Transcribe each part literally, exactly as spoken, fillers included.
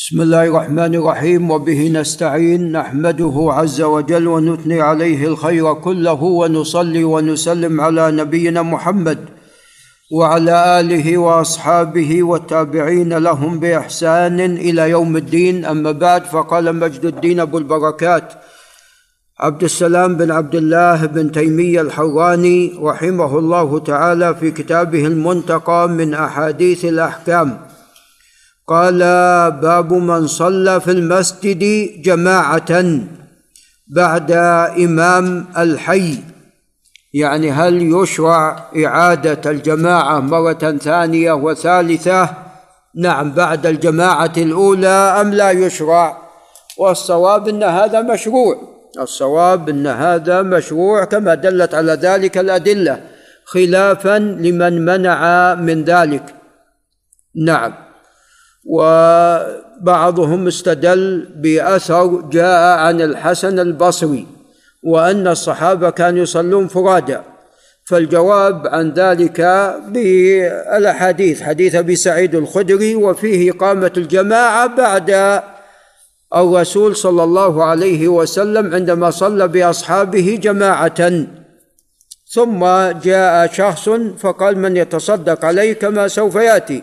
بسم الله الرحمن الرحيم، وبه نستعين، نحمده عز وجل ونثني عليه الخير كله، ونصلي ونسلم على نبينا محمد وعلى آله وأصحابه والتابعين لهم بإحسان إلى يوم الدين. أما بعد، فقال مجد الدين أبو البركات عبد السلام بن عبد الله بن تيمية الحراني رحمه الله تعالى في كتابه المنتقى من أحاديث الأحكام، قال: باب من صلى في المسجد جماعة بعد إمام الحي، يعني هل يشرع إعادة الجماعة مرة ثانية وثالثة؟ نعم، بعد الجماعة الأولى أم لا يشرع؟ والصواب أن هذا مشروع، الصواب أن هذا مشروع كما دلت على ذلك الأدلة، خلافا لمن منع من ذلك. نعم، وبعضهم استدل بأثر جاء عن الحسن البصري وأن الصحابة كانوا يصلون فرادى، فالجواب عن ذلك بالأحاديث، حديث أبي سعيد الخدري وفيه إقامة الجماعة بعد الرسول صلى الله عليه وسلم عندما صلى بأصحابه جماعة، ثم جاء شخص فقال: من يتصدق عليه؟ كما سوف يأتي.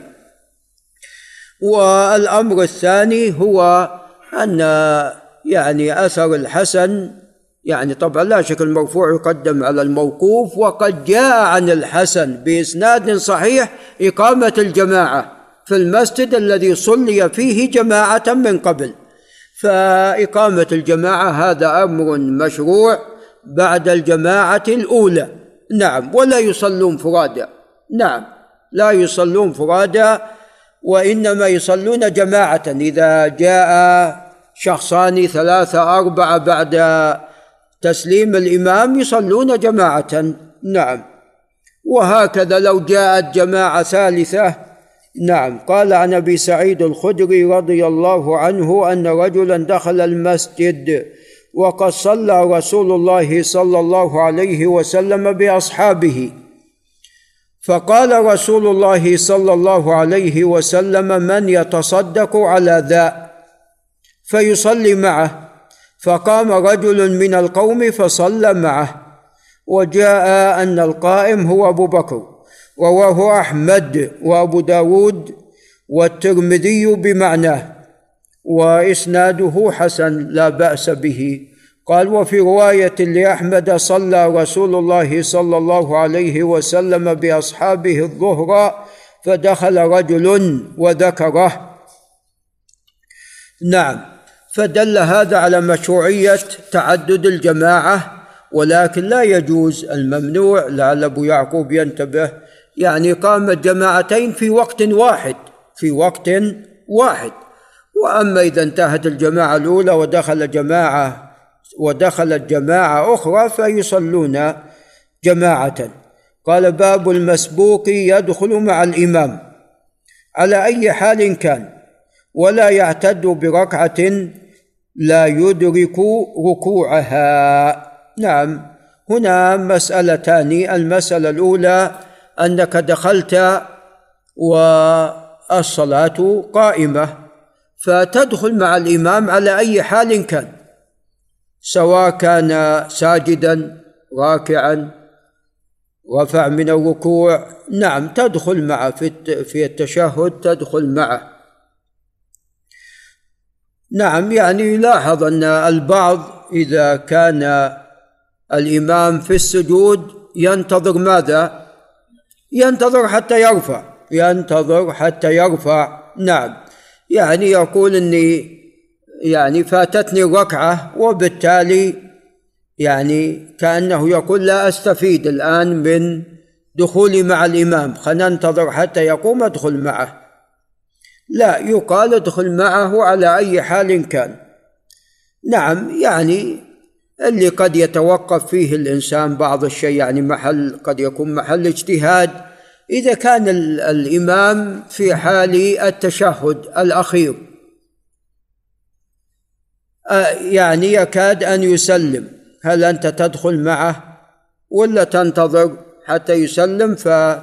والأمر الثاني هو أن يعني أثر الحسن، يعني طبعا لا شك المرفوع يقدم على الموقوف، وقد جاء عن الحسن بإسناد صحيح إقامة الجماعة في المسجد الذي صلي فيه جماعة من قبل، فإقامة الجماعة هذا أمر مشروع بعد الجماعة الأولى. نعم، ولا يصلون فرادى، نعم لا يصلون فرادى، وإنما يصلون جماعة. إذا جاء شخصان ثلاثة أربعة بعد تسليم الإمام يصلون جماعة. نعم، وهكذا لو جاءت جماعة ثالثة. نعم، قال عن أبي سعيد الخدري رضي الله عنه أن رجلا دخل المسجد وقد صلى رسول الله صلى الله عليه وسلم بأصحابه، فقال رسول الله صلى الله عليه وسلم: من يتصدق على ذا فيصلي معه؟ فقام رجل من القوم فصلى معه، وجاء أن القائم هو أبو بكر، رواه أحمد وأبو داود والترمذي بمعناه، وإسناده حسن لا بأس به. قال: وفي رواية لأحمد: صلى رسول الله صلى الله عليه وسلم بأصحابه الظهر فدخل رجل وذكره. نعم، فدل هذا على مشروعية تعدد الجماعة، ولكن لا يجوز الممنوع، لعل أبو يعقوب ينتبه، يعني إقامة جماعتين في وقت واحد في وقت واحد. وأما إذا انتهت الجماعة الأولى ودخل جماعة ودخلت جماعة أخرى فيصلون جماعة. قال: باب المسبوق يدخل مع الإمام على أي حال كان، ولا يعتد بركعة لا يدرك ركوعها. نعم، هنا مسألتان. المسألة الأولى أنك دخلت والصلاة قائمة، فتدخل مع الإمام على أي حال كان، سواء كان ساجدا راكعا رفع من الركوع، نعم تدخل معه في التشهد، تدخل معه. نعم، يعني يلاحظ أن البعض إذا كان الإمام في السجود ينتظر ماذا؟ ينتظر حتى يرفع ينتظر حتى يرفع نعم، يعني يقول إني يعني فاتتني الركعة، وبالتالي يعني كأنه يقول لا أستفيد الآن من دخولي مع الإمام، خلينا ننتظر حتى يقوم أدخل معه. لا، يقال ادخل معه على أي حال كان. نعم، يعني اللي قد يتوقف فيه الإنسان بعض الشيء، يعني محل قد يكون محل اجتهاد، إذا كان الإمام في حال التشهد الأخير يعني يكاد أن يسلم، هل أنت تدخل معه ولا تنتظر حتى يسلم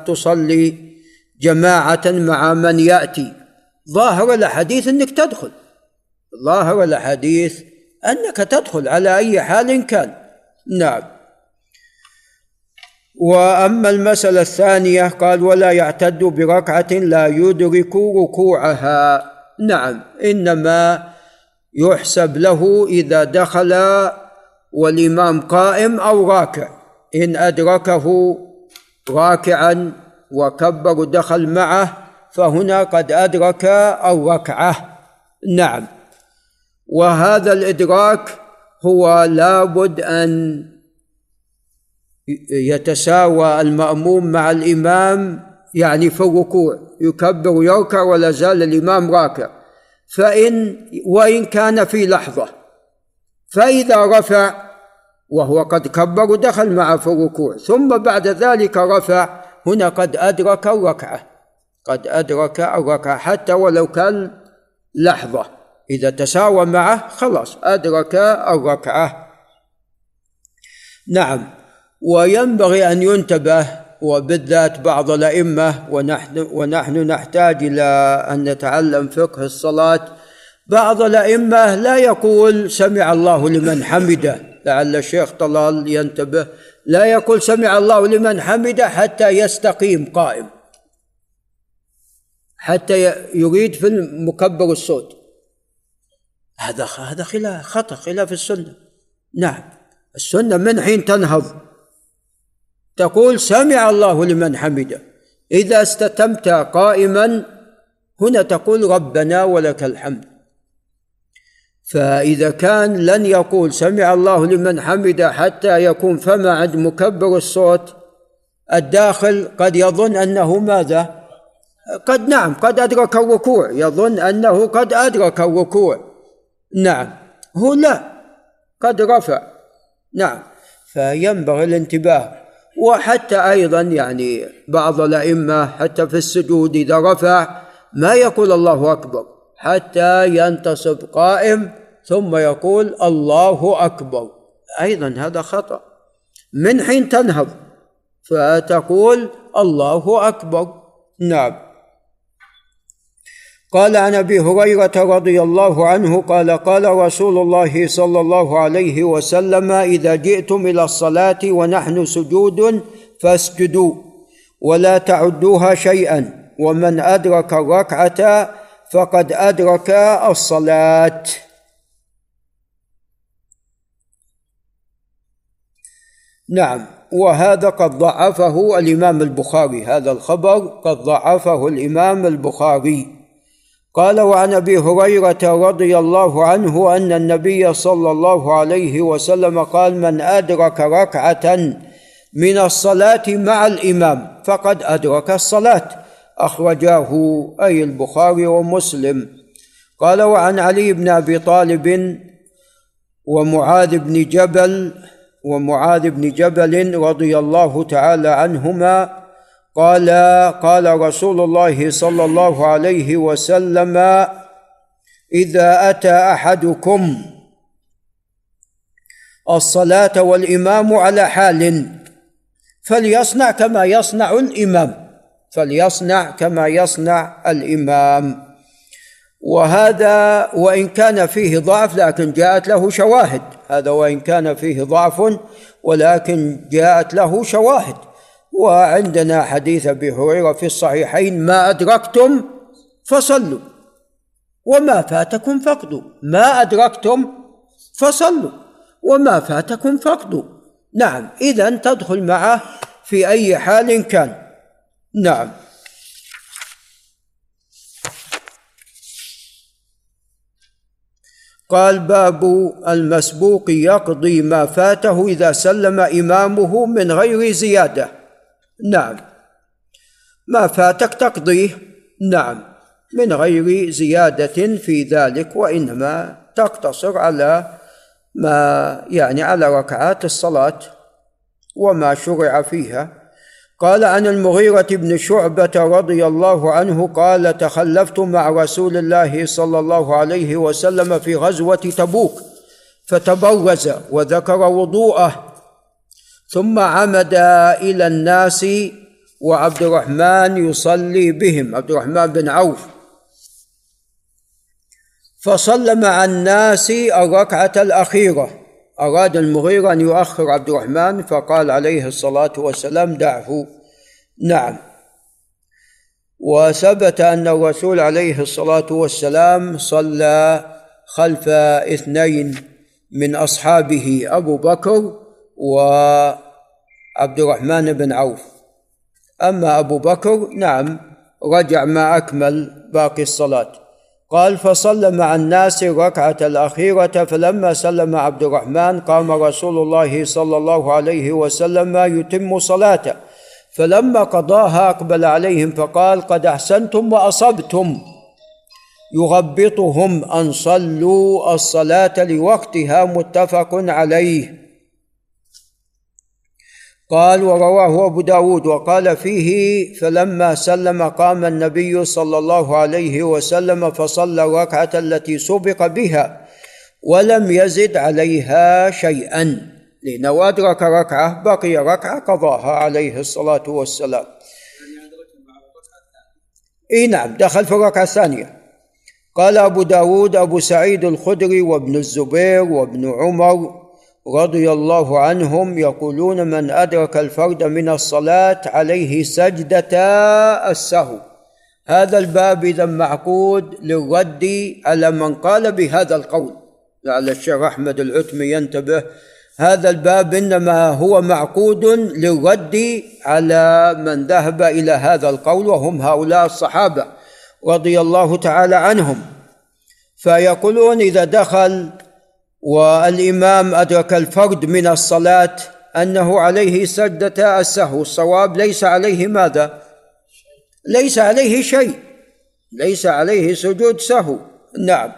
فتصلي جماعة مع من يأتي؟ ظاهر الحديث أنك تدخل ظاهر الحديث أنك تدخل على أي حال كان. نعم. وأما المسألة الثانية قال ولا يعتد بركعة لا يدرك ركوعها. نعم، إنما يحسب له إذا دخل والإمام قائم أو راكع، إن أدركه راكعا وكبر ودخل معه فهنا قد أدرك الركعة. نعم. وهذا الإدراك هو لابد أن يتساوى المأموم مع الإمام، يعني في الركوع يكبر ويركع ولا زال الإمام راكع، فإن وإن كان في لحظة، فإذا رفع وهو قد كبر ودخل معه في الركوع ثم بعد ذلك رفع، هنا قد أدرك الركعة، قد أدرك الركعة حتى ولو كان لحظة، إذا تساوى معه خلاص أدرك الركعة. نعم. وينبغي أن ينتبه، وبالذات بعض الأئمة، ونحن, ونحن نحتاج إلى أن نتعلم فقه الصلاة، بعض الأئمة لا يقول سمع الله لمن حمده، لعل الشيخ طلال ينتبه، لا يقول سمع الله لمن حمده حتى يستقيم قائم، حتى يريد في المكبر الصوت، هذا هذا خلاف خطأ، خلاف السنة. نعم، السنة من حين تنهض تقول سمع الله لمن حمده، إذا استتمت قائما هنا تقول ربنا ولك الحمد. فإذا كان لن يقول سمع الله لمن حمده حتى يكون فما عند مكبر الصوت، الداخل قد يظن أنه ماذا؟ قد نعم قد أدرك الركوع، يظن أنه قد أدرك الركوع. نعم، هو لا، قد رفع. نعم، فينبغي الانتباه. وحتى أيضا يعني بعض الأئمة حتى في السجود إذا رفع ما يقول الله أكبر حتى ينتصب قائم ثم يقول الله أكبر، أيضا هذا خطأ، من حين تنهض فتقول الله أكبر. نعم. قال عن أبي هريرة رضي الله عنه قال قال رسول الله صلى الله عليه وسلم إذا جئتم إلى الصلاة ونحن سجود فاسجدوا ولا تعدوها شيئا، ومن أدرك الركعة فقد أدرك الصلاة. نعم. وهذا قد ضعفه الإمام البخاري، هذا الخبر قد ضعفه الإمام البخاري. قال وعن أبي هريرة رضي الله عنه أن النبي صلى الله عليه وسلم قال من أدرك ركعة من الصلاة مع الإمام فقد أدرك الصلاة، أخرجاه أي البخاري ومسلم. قال وعن علي بن أبي طالب ومعاذ بن جبل ومعاذ بن جبل رضي الله تعالى عنهما قال قال رسول الله صلى الله عليه وسلم إذا أتى أحدكم الصلاة والإمام على حال فليصنع كما يصنع الإمام، فليصنع كما يصنع الإمام. وهذا وإن كان فيه ضعف لكن جاءت له شواهد، هذا وإن كان فيه ضعف ولكن جاءت له شواهد. وعندنا حديث أبي هريرة في الصحيحين ما أدركتم فصلوا وما فاتكم فقدوا، ما أدركتم فصلوا وما فاتكم فقدوا. نعم، إذن تدخل معه في أي حال كان. نعم. قال باب المسبوق يقضي ما فاته إذا سلم إمامه من غير زيادة. نعم، ما فاتك تقضيه، نعم، من غير زيادة في ذلك، وإنما تقتصر على ما يعني على ركعات الصلاة وما شرع فيها. قال عن المغيرة بن شعبة رضي الله عنه قال تخلفت مع رسول الله صلى الله عليه وسلم في غزوة تبوك فتبرز وذكر وضوءه ثم عمد إلى الناس وعبد الرحمن يصلي بهم، عبد الرحمن بن عوف، فصلى مع الناس الركعة الأخيرة. أراد المغيرة أن يؤخر عبد الرحمن فقال عليه الصلاة والسلام دعه. نعم. وثبت أن الرسول عليه الصلاة والسلام صلى خلف اثنين من أصحابه أبو بكر وعبد الرحمن بن عوف. أما أبو بكر نعم رجع ما أكمل باقي الصلاة. قال فصلى مع الناس الركعة الأخيرة فلما سلم عبد الرحمن قام رسول الله صلى الله عليه وسلم يتم صلاته، فلما قضاها أقبل عليهم فقال قد أحسنتم وأصبتم، يغبطهم أن صلوا الصلاة لوقتها، متفق عليه. قال ورواه أبو داود وقال فيه فلما سلم قام النبي صلى الله عليه وسلم فصلى الركعة التي سبق بها ولم يزد عليها شيئا، لأنه أدرك ركعة بقي ركعة قضاها عليه الصلاة والسلام. إيه نعم دخل في الركعة الثانية. قال أبو داود أبو سعيد الخدري وابن الزبير وابن عمر رضي الله عنهم يقولون من أدرك الفرد من الصلاة عليه سجدة السهو. هذا الباب إذا معقود للرد على من قال بهذا القول، لعل الشيخ أحمد العتمي ينتبه. هذا الباب إنما هو معقود للرد على من ذهب إلى هذا القول، وهم هؤلاء الصحابة رضي الله تعالى عنهم. فيقولون إذا دخل والإمام أدرك الفرد من الصلاة أنه عليه سجدة السهو، الصواب ليس عليه ماذا؟ ليس عليه شيء، ليس عليه سجود سهو. نعم،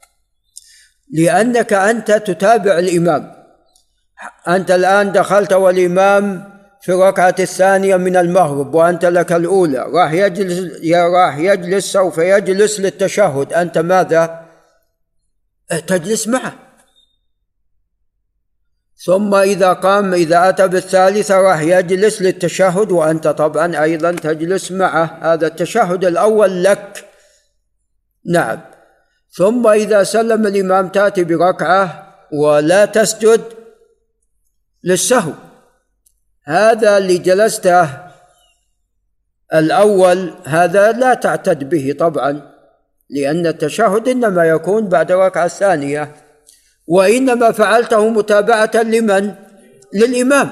لأنك أنت تتابع الإمام. أنت الآن دخلت والإمام في الركعة الثانية من المغرب وأنت لك الأولى، راح يجلس راح يجلس سوف يجلس للتشهد، أنت ماذا؟ تجلس معه. ثم إذا قام إذا أتى بالثالثة راح يجلس للتشهد وأنت طبعا أيضا تجلس معه، هذا التشهد الأول لك. نعم. ثم إذا سلم الإمام تأتي بركعة ولا تسجد للسهو، هذا اللي جلسته الأول هذا لا تعتد به طبعا، لأن التشهد إنما يكون بعد الركعة الثانية، وإنما فعلته متابعة لمن؟ للإمام.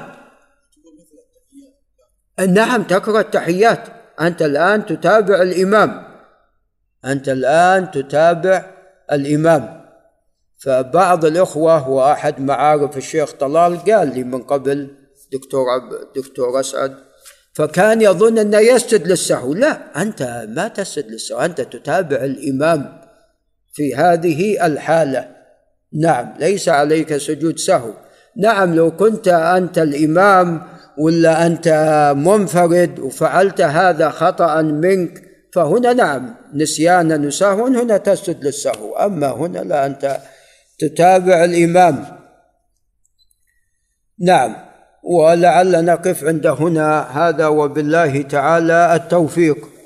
نعم تقرأ التحيات، أنت الآن تتابع الإمام، أنت الآن تتابع الإمام. فبعض الإخوة وأحد معارف الشيخ طلال قال لي من قبل دكتور دكتور أسعد، فكان يظن أنه يسجد للسهو. لا، أنت ما تسجد للسهو، أنت تتابع الإمام في هذه الحالة. نعم، ليس عليك سجود سهو. نعم، لو كنت أنت الإمام ولا أنت منفرد وفعلت هذا خطأ منك فهنا نعم نسيانا وسهوا هنا تسجد للسهو، أما هنا لا، أنت تتابع الإمام. نعم. ولعل نقف عند هنا، هذا وبالله تعالى التوفيق.